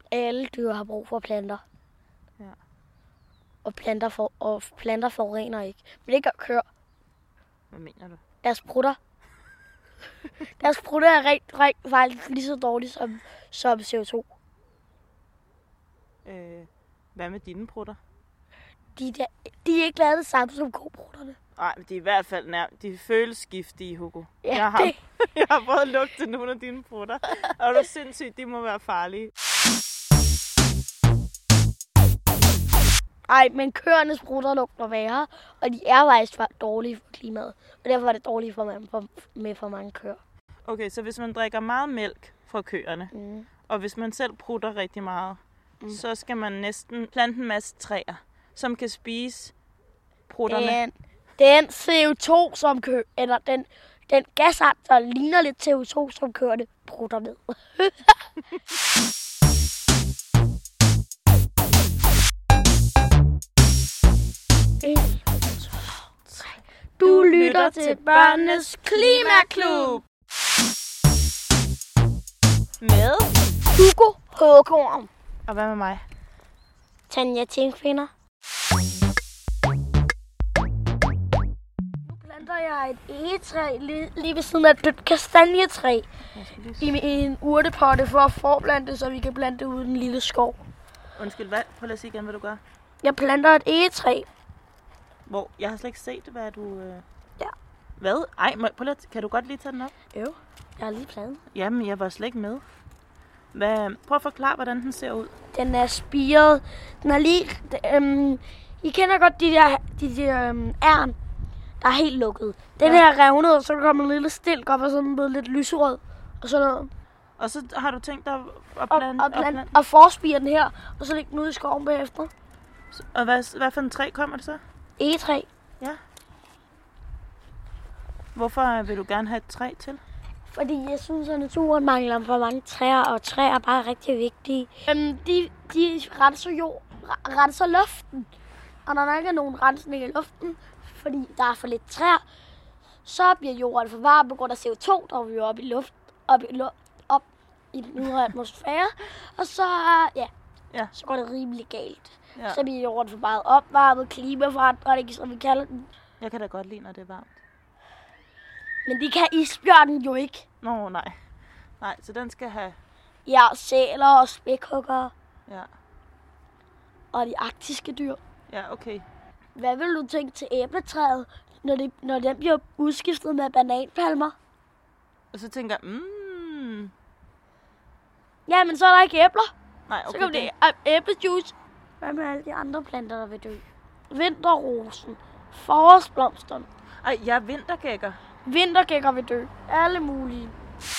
alle dyr har brug for planter. Ja. Og planter forurener ikke. Men det gør køer. Hvad mener du? Deres prutter. Deres prutter er faktisk lige så dårlige som CO2. Hvad med dine prutter? De er ikke lavet det samme som koprutterne. Nej, men de er i hvert fald de føles giftige, Hugo. Ja, jeg har prøvet at lugte nogle af dine prutter, og du er sindssygt, de må være farlige. Ej, men køernes prutter lugter værre, og de er faktisk dårlige for klimaet. Og derfor er det dårligt med for mange køer. Okay, så hvis man drikker meget mælk fra køerne, og hvis man selv prutter rigtig meget, så skal man næsten plante en masse træer, som kan spise prutterne. Den CO2, som eller den gasart, der ligner lidt CO2, som køerne prutter ned. Du lytter til Børnenes Klimaklub med Hugo Høgegård. Og hvad med mig? Tanja Tinkfinder. Nu planter jeg et egetræ lige ved siden af et dødt kastanjetræ i en urtepotte for at forplante, så vi kan plante ud i den lille skov. Undskyld, hvad? Prøv at sige igen, hvad du gør. Jeg planter et egetræ. Hvor? Jeg har slet ikke set, hvad du... Ja. Hvad? Ej, kan du godt lige tage den op? Jo, jeg har lige plantet. Jamen, jeg var slet ikke med. Prøv at forklare, hvordan den ser ud. Den er spiret. Den er lige... I kender godt de der ærn, der er helt lukket. Den her er revnet, og så kommer en lille stilk op, og så er den blevet lidt lyserød. Og sådan noget. Og så har du tænkt dig at plante... Og forspire den her, og så lægge den ud i skoven bagefter. Og hvad for en træ kommer det så? Egetræ. Ja. Hvorfor vil du gerne have et træ til? Fordi jeg synes, at naturen mangler for mange træer, og træer er bare rigtig vigtige. De renser luften. Og når der ikke er nogen rensning i luften, fordi der er for lidt træer, så bliver jorden for varm på grund af CO2, der vil op i luft, op i den ydre atmosfære. Og så, så går det rimelig galt. Ja. Så bliver jorden for meget opvarmet, klimaforandring, som vi kalder den. Jeg kan da godt lide, når det er varmt. Men det kan isbjørnen jo ikke. Nå, nej. Nej, så den skal have... Ja, sæler og spækhuggere. Ja. Og de arktiske dyr. Ja, okay. Hvad vil du tænke til æbletræet, når den bliver udskiftet med bananpalmer? Og så tænker jeg, Ja, men så er der ikke æbler. Nej, okay. Så kommer det æblejuice. Hvad med alle de andre planter, der vil dø? Vinterrosen. Forårsblomsterne. Ej, jeg er vintergækker. Vintergækker vil dø. Alle mulige.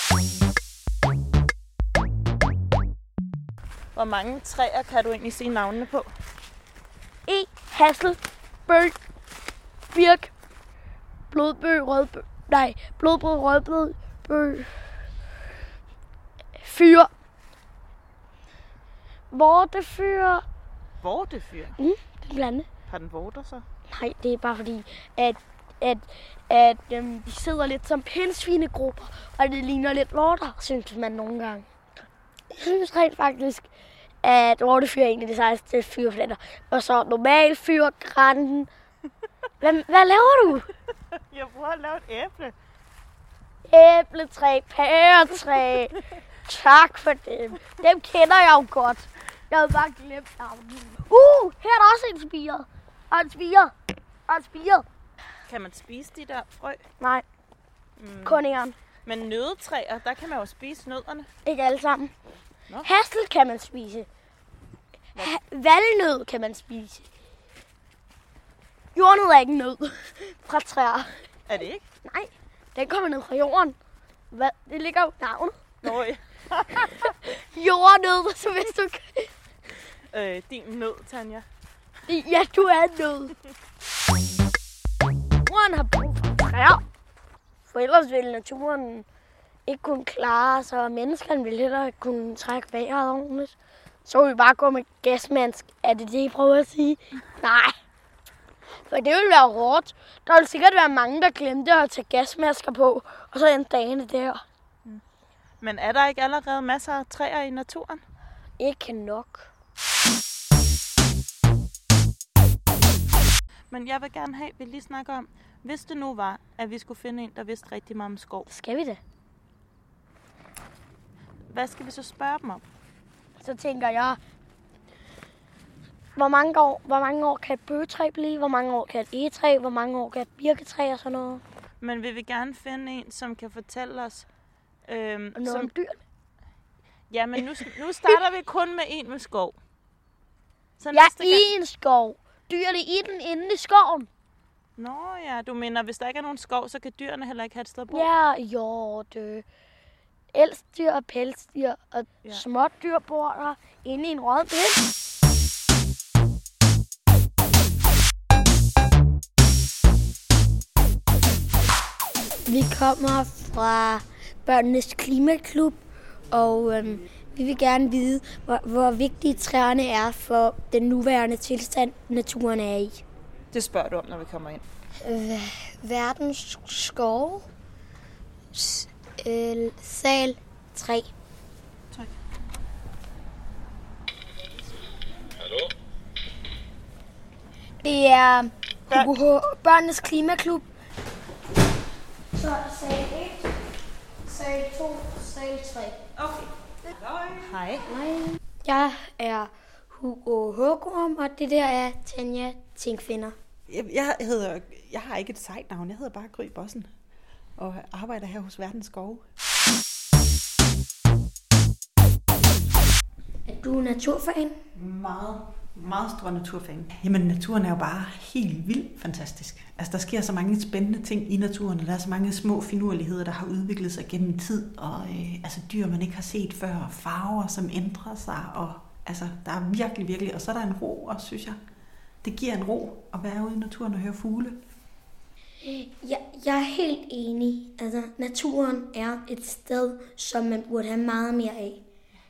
Hvor mange træer kan du egentlig sige navnene på? Hassel, bøg, birk, blodbøg, rødbøg, fyr, vortefyr. Vortefyr? Det er blandet. Har den vorter så? Nej, det er bare fordi, at de sidder lidt som pindsvinegrupper, og det ligner lidt vorter, synes man nogle gange. Jeg synes rent faktisk, at vortefyr er egentlig det sejeste fyrplanter. Og så normal fyr, granten. Hvad laver du? Jeg prøver at lave et æble. Æbletræ, pæretræ. Tak for dem. Dem kender jeg jo godt. Jeg havde bare glemt navnet. Her er der også en spire. Og en spire. Kan man spise de der frø? Nej, kun æren. Men nøddetræer, der kan man jo spise nødderne. Ikke alle sammen. Nå. Hassel kan man spise. Valnød kan man spise. Jordnød er ikke en nød fra træer. Er det ikke? Nej, den kommer ned fra jorden. Det ligger jo navnet. Nå, Jordnød, så hvis du kan. Din nød, Tanja. Ja, du er en nød. Naturen har brug for træer. For ellers ville naturen ikke kunne klare sig, og menneskerne ville heller ikke kunne trække vejret ordentligt. Så vil vi bare gå med gasmask. Er det det, I prøver at sige? Nej. For det ville være hårdt. Der ville sikkert være mange, der glemte at tage gasmasker på, og så endte dagene der. Men er der ikke allerede masser af træer i naturen? Ikke nok. Men jeg vil gerne have, at vi lige snakker om, hvis det nu var, at vi skulle finde en, der vidste rigtig meget om skov. Skal vi det? Hvad skal vi så spørge dem om? Så tænker jeg, hvor mange år kan et bøgetræ blive? Hvor mange år kan et egetræ? Hvor mange år kan et birketræ og sådan noget? Men vi vil gerne finde en, som kan fortælle os... noget om dyr. Ja, men nu starter vi kun med en med skov. Så En skov. Dyrene i den inde i skoven. Nå ja, du mener, hvis der ikke er nogen skov, så kan dyrene heller ikke have et sted at bo? Ja, det. Elsdyr og pelsdyr og smådyr bor der inde i en rød pind. Vi kommer fra Børnenes Klimaklub, og vi vil gerne vide, hvor vigtige træerne er for den nuværende tilstand, naturen er i. Det spørger du om, når vi kommer ind. Verdens skove. Sal 3. Tak. Hallo? Det er Børnenes Klimaklub. Så sal 1, sal 2, sal 3. Okay. Hej. Hej. Jeg er Hugo Hågorm, og det der er Tanja Tingfinder. Jeg har ikke et sejt navn, jeg hedder bare Gry Bossen og arbejder her hos Verdens Skove. Er du naturfan? Meget stor naturfan. Jamen, naturen er jo bare helt vildt fantastisk. Altså, der sker så mange spændende ting i naturen, og der er så mange små finurligheder, der har udviklet sig gennem tid, og dyr, man ikke har set før, og farver, som ændrer sig, og altså, der er virkelig, og så er der en ro også, synes jeg. Det giver en ro at være ude i naturen og høre fugle. Jeg er helt enig. Altså, naturen er et sted, som man burde have meget mere af.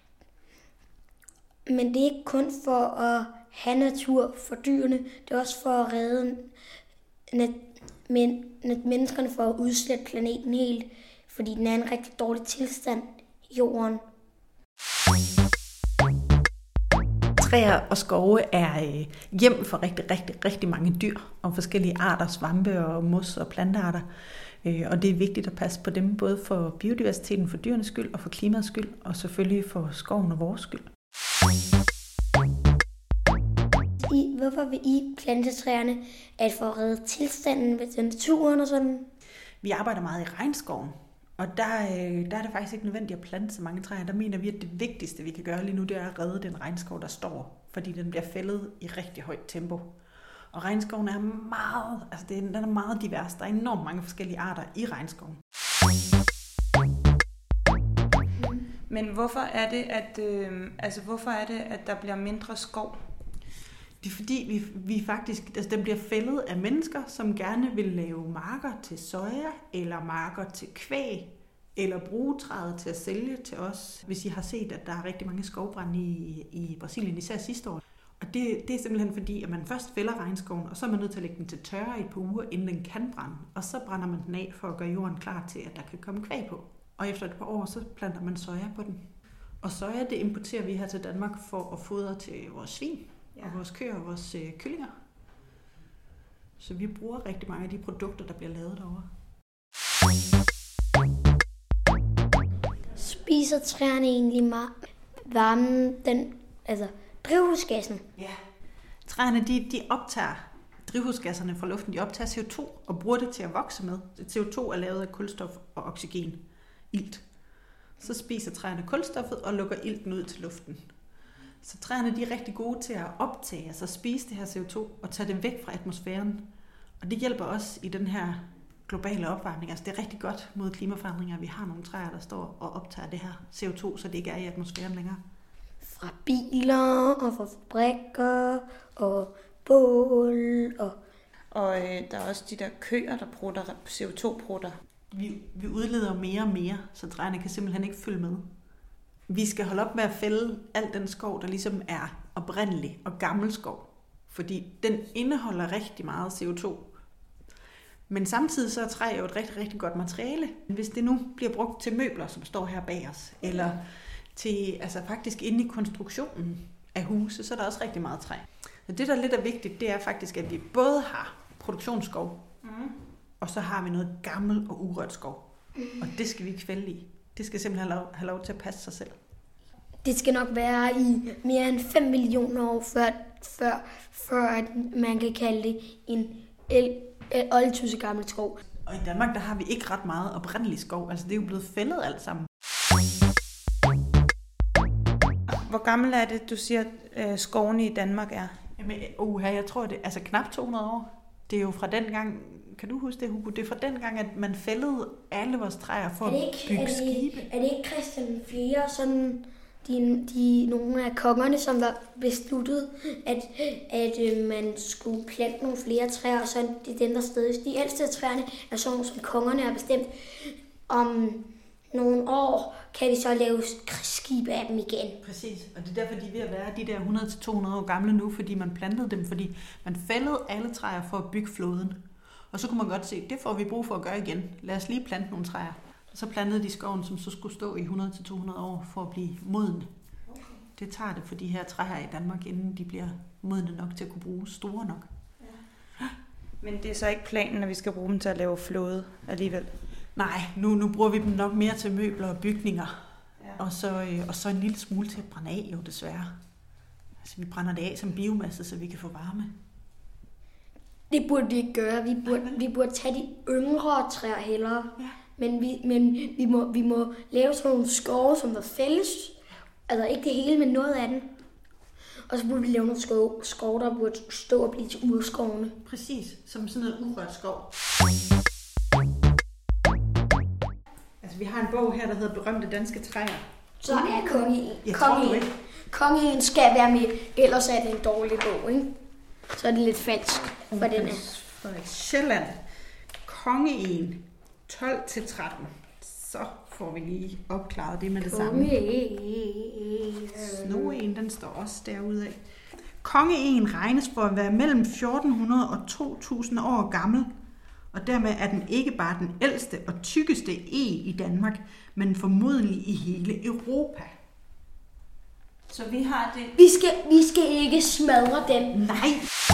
Men det er ikke kun for at have natur for dyrene, det er også for at redde menneskerne for at udslætte planeten helt, fordi den er en rigtig dårlig tilstand, jorden. Træer og skove er hjem for rigtig mange dyr og forskellige arter, svampe og mos og plantearter. Og det er vigtigt at passe på dem, både for biodiversiteten, for dyrenes skyld og for klimaets skyld, og selvfølgelig for skoven og vores skyld. Hvorfor vil I plante træerne? Er det for at redde tilstanden ved naturen og sådan? Vi arbejder meget i regnskoven, og der er det faktisk ikke nødvendigt at plante så mange træer. Der mener vi, at det vigtigste, vi kan gøre lige nu, det er at redde den regnskov, der står, fordi den bliver fældet i rigtig højt tempo. Og regnskoven er den er meget divers. Der er enormt mange forskellige arter i regnskoven. Men hvorfor er det, at der bliver mindre skov? Det er fordi, vi faktisk, den bliver fældet af mennesker, som gerne vil lave marker til soja, eller marker til kvæg, eller bruge træet til at sælge til os. Hvis I har set, at der er rigtig mange skovbrande i Brasilien, især sidste år. Og det er simpelthen fordi, at man først fælder regnskoven, og så er man nødt til at lægge den til tørre i et par uger, inden den kan brænde. Og så brænder man den af for at gøre jorden klar til, at der kan komme kvæg på. Og efter et par år, så planter man soja på den. Og soja, det importerer vi her til Danmark for at fodre til vores svin, og vores køer og vores kyllinger. Så vi bruger rigtig mange af de produkter, der bliver lavet derovre. Spiser træerne egentlig varmen, drivhusgassen? Ja. Træerne, de optager drivhusgasserne fra luften. De optager CO2 og bruger det til at vokse med. CO2 er lavet af kulstof og oxygen, ilt. Så spiser træerne kulstoffet og lukker ilten ud til luften. Så træerne, de er rigtig gode til at optage, altså spise det her CO2 og tage det væk fra atmosfæren. Og det hjælper også i den her globale opvarmning. Altså det er rigtig godt mod klimaforandringer, at vi har nogle træer, der står og optager det her CO2, så det ikke er i atmosfæren længere. Fra biler og fra fabrikker og bål Og der er også de der køer, der bruger CO2-prutter. Vi udleder mere og mere, så træerne kan simpelthen ikke følge med. Vi skal holde op med at fælde al den skov, der ligesom er oprindelig og gammel skov. Fordi den indeholder rigtig meget CO2. Men samtidig så er træ jo et rigtig godt materiale. Hvis det nu bliver brugt til møbler, som står her bag os, eller til altså faktisk inde i konstruktionen af huse, så er der også rigtig meget træ. Så det, der lidt er vigtigt, det er faktisk, at vi både har produktionsskov, og så har vi noget gammel og urørt skov. Og det skal vi ikke fælde i. Det skal simpelthen have lov til at passe sig selv. Det skal nok være i mere end 5 millioner år, før at man kan kalde det en oldtusse gammel skov. Og i Danmark, der har vi ikke ret meget oprindelig skov. Altså det er jo blevet fældet alt sammen. Hvor gammel er det, du siger, skovene i Danmark er? Jamen, jeg tror, det er altså knap 200 år. Det er jo fra den gang, kan du huske det, Hugo? Det er fra den gang, at man fældede alle vores træer for at bygge skibe. Er det ikke Christian Fjerde, sådan nogle af kongerne, som var besluttet, at man skulle plante nogle flere træer, og så det den der sted. De ældste af træerne er sådan, som kongerne har bestemt. Om nogle år kan vi så lave skibe af dem igen. Præcis, og det er derfor, de er ved at være de der 100-200 år gamle nu, fordi man plantede dem, fordi man fældede alle træer for at bygge floden. Og så kunne man godt se, det får vi brug for at gøre igen. Lad os lige plante nogle træer. Og så plantede de skoven, som så skulle stå i 100-200 år for at blive modne. Okay. Det tager det for de her træer i Danmark, inden de bliver modne nok til at kunne bruges store nok. Ja. Men det er så ikke planen, at vi skal bruge dem til at lave flåde alligevel? Nej, nu bruger vi dem nok mere til møbler og bygninger. Ja. Og så en lille smule til at brænde af, jo desværre. Altså vi brænder det af som biomasse, så vi kan få varme. Det burde vi ikke gøre. Vi burde tage de yngre træer hellere. Ja. Men vi må lave sådan nogle skove, som var fælles. Altså ikke det hele, men noget af den. Og så burde vi lave nogle skove, der burde stå og blive til urskovene. Præcis, som sådan noget urørt skov. Altså vi har en bog her, der hedder Berømte danske træer. Så er Kongeegen skal være med, ellers er det en dårlig bog, ikke? Så er det lidt falsk for den her. Sjælland. Kongeegen. 12-13. Så får vi lige opklaret det med det samme. Snoegen, den står også derude af. Kongeegen regnes for at være mellem 1400 og 2000 år gammel, og dermed er den ikke bare den ældste og tykkeste eg i Danmark, men formodentlig i hele Europa. Så vi har det. Vi skal ikke smadre dem. Nej.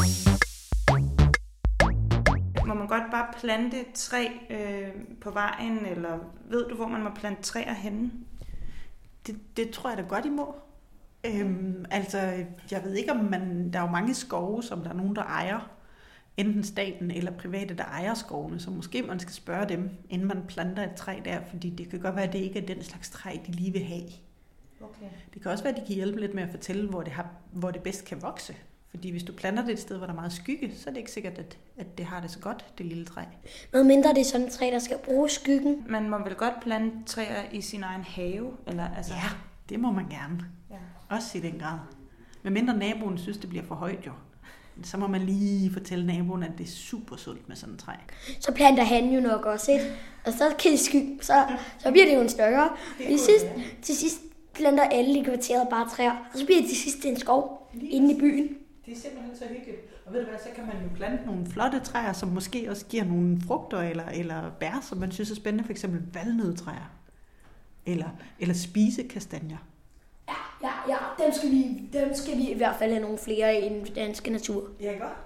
Må man godt bare plante et træ på vejen, eller ved du, hvor man må plante træer henne? Det tror jeg da godt, I må. Altså, jeg ved ikke, om der er jo mange skove, som der er nogen, der ejer. Enten staten eller private, der ejer skovene. Så måske man skal spørge dem, inden man planter et træ der, fordi det kan godt være, at det ikke er den slags træ, de lige vil have. Okay. Det kan også være, at de kan hjælpe lidt med at fortælle, hvor det bedst kan vokse. Fordi hvis du planter det et sted, hvor der er meget skygge, så er det ikke sikkert, at det har det så godt, det lille træ. Hvad mindre det er sådan et træ, der skal bruge skyggen? Man må vel godt plante træer i sin egen have? Eller, altså... Ja, det må man gerne. Ja. Også i den grad. Men mindre naboen synes, det bliver for højt jo. Så må man lige fortælle naboen, at det er super sundt med sådan et træ. Så planter han jo nok også et. Og så kan det skygge, så bliver det jo en større. Til sidst planter alle i kvarteret bare træer. Og så bliver det til sidst en skov inde i byen. Det er simpelthen så hyggeligt. Og ved du hvad, så kan man jo plante nogle flotte træer, som måske også giver nogle frugter eller bær, som man synes er spændende. For eksempel valnødtræer. Eller spisekastanjer. Ja, dem skal vi i hvert fald have nogle flere i den danske natur. Ja, godt.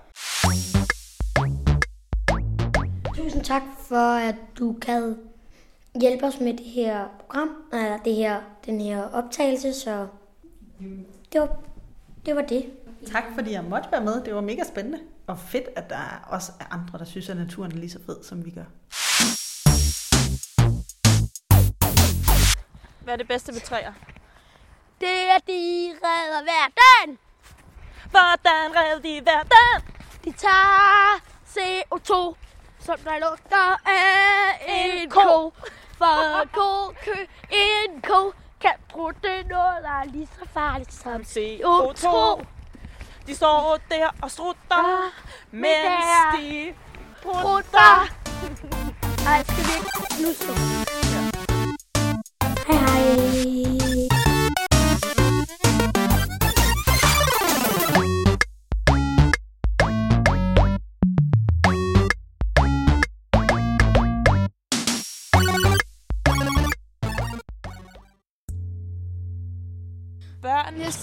Tusind tak for, at du kan hjælpe os med det her program, eller den her optagelse, så det var det. Tak fordi jeg måtte være med. Det var mega spændende. Og fedt, at der også er andre, der synes, at naturen er lige så fed, som vi gør. Hvad er det bedste ved træer? Det er, de redder verden. Hvordan redder de verden? De tager CO2, som der lugter af en ko. For en ko, en ko kan prutte noget, der er lige så farligt som CO2. De står der og strutter, mens de prutter. Ej, skal vi ikke? Nu skal vi. Hej.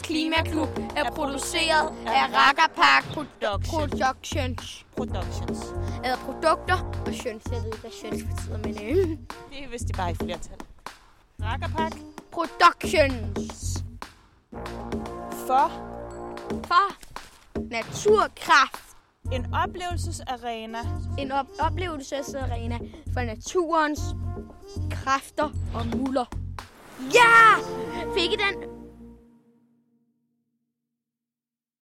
Klimaklub er produceret af Rakkerpark Productions. Eller produkter og Sjøns. Jeg ved ikke, hvad Sjøns betyder, men Det er, hvis de bare er i flertal. Rakkerpark Productions. for For naturkraft. en oplevelsesarena En oplevelsesarena for naturens kræfter og muller. Ja! Fik I den